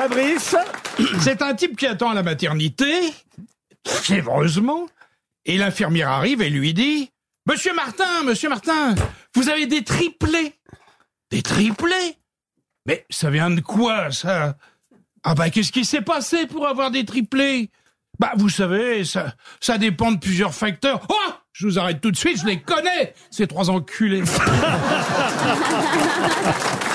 Fabrice? C'est un type qui attend à la maternité, fiévreusement, et l'infirmière arrive et lui dit « Monsieur Martin, vous avez des triplés !»« Des triplés ? Mais ça vient de quoi, ça ?»« Ah bah, qu'est-ce qui s'est passé pour avoir des triplés ? Bah, vous savez, ça dépend de plusieurs facteurs. Oh ! Je vous arrête tout de suite, je les connais, ces trois enculés. »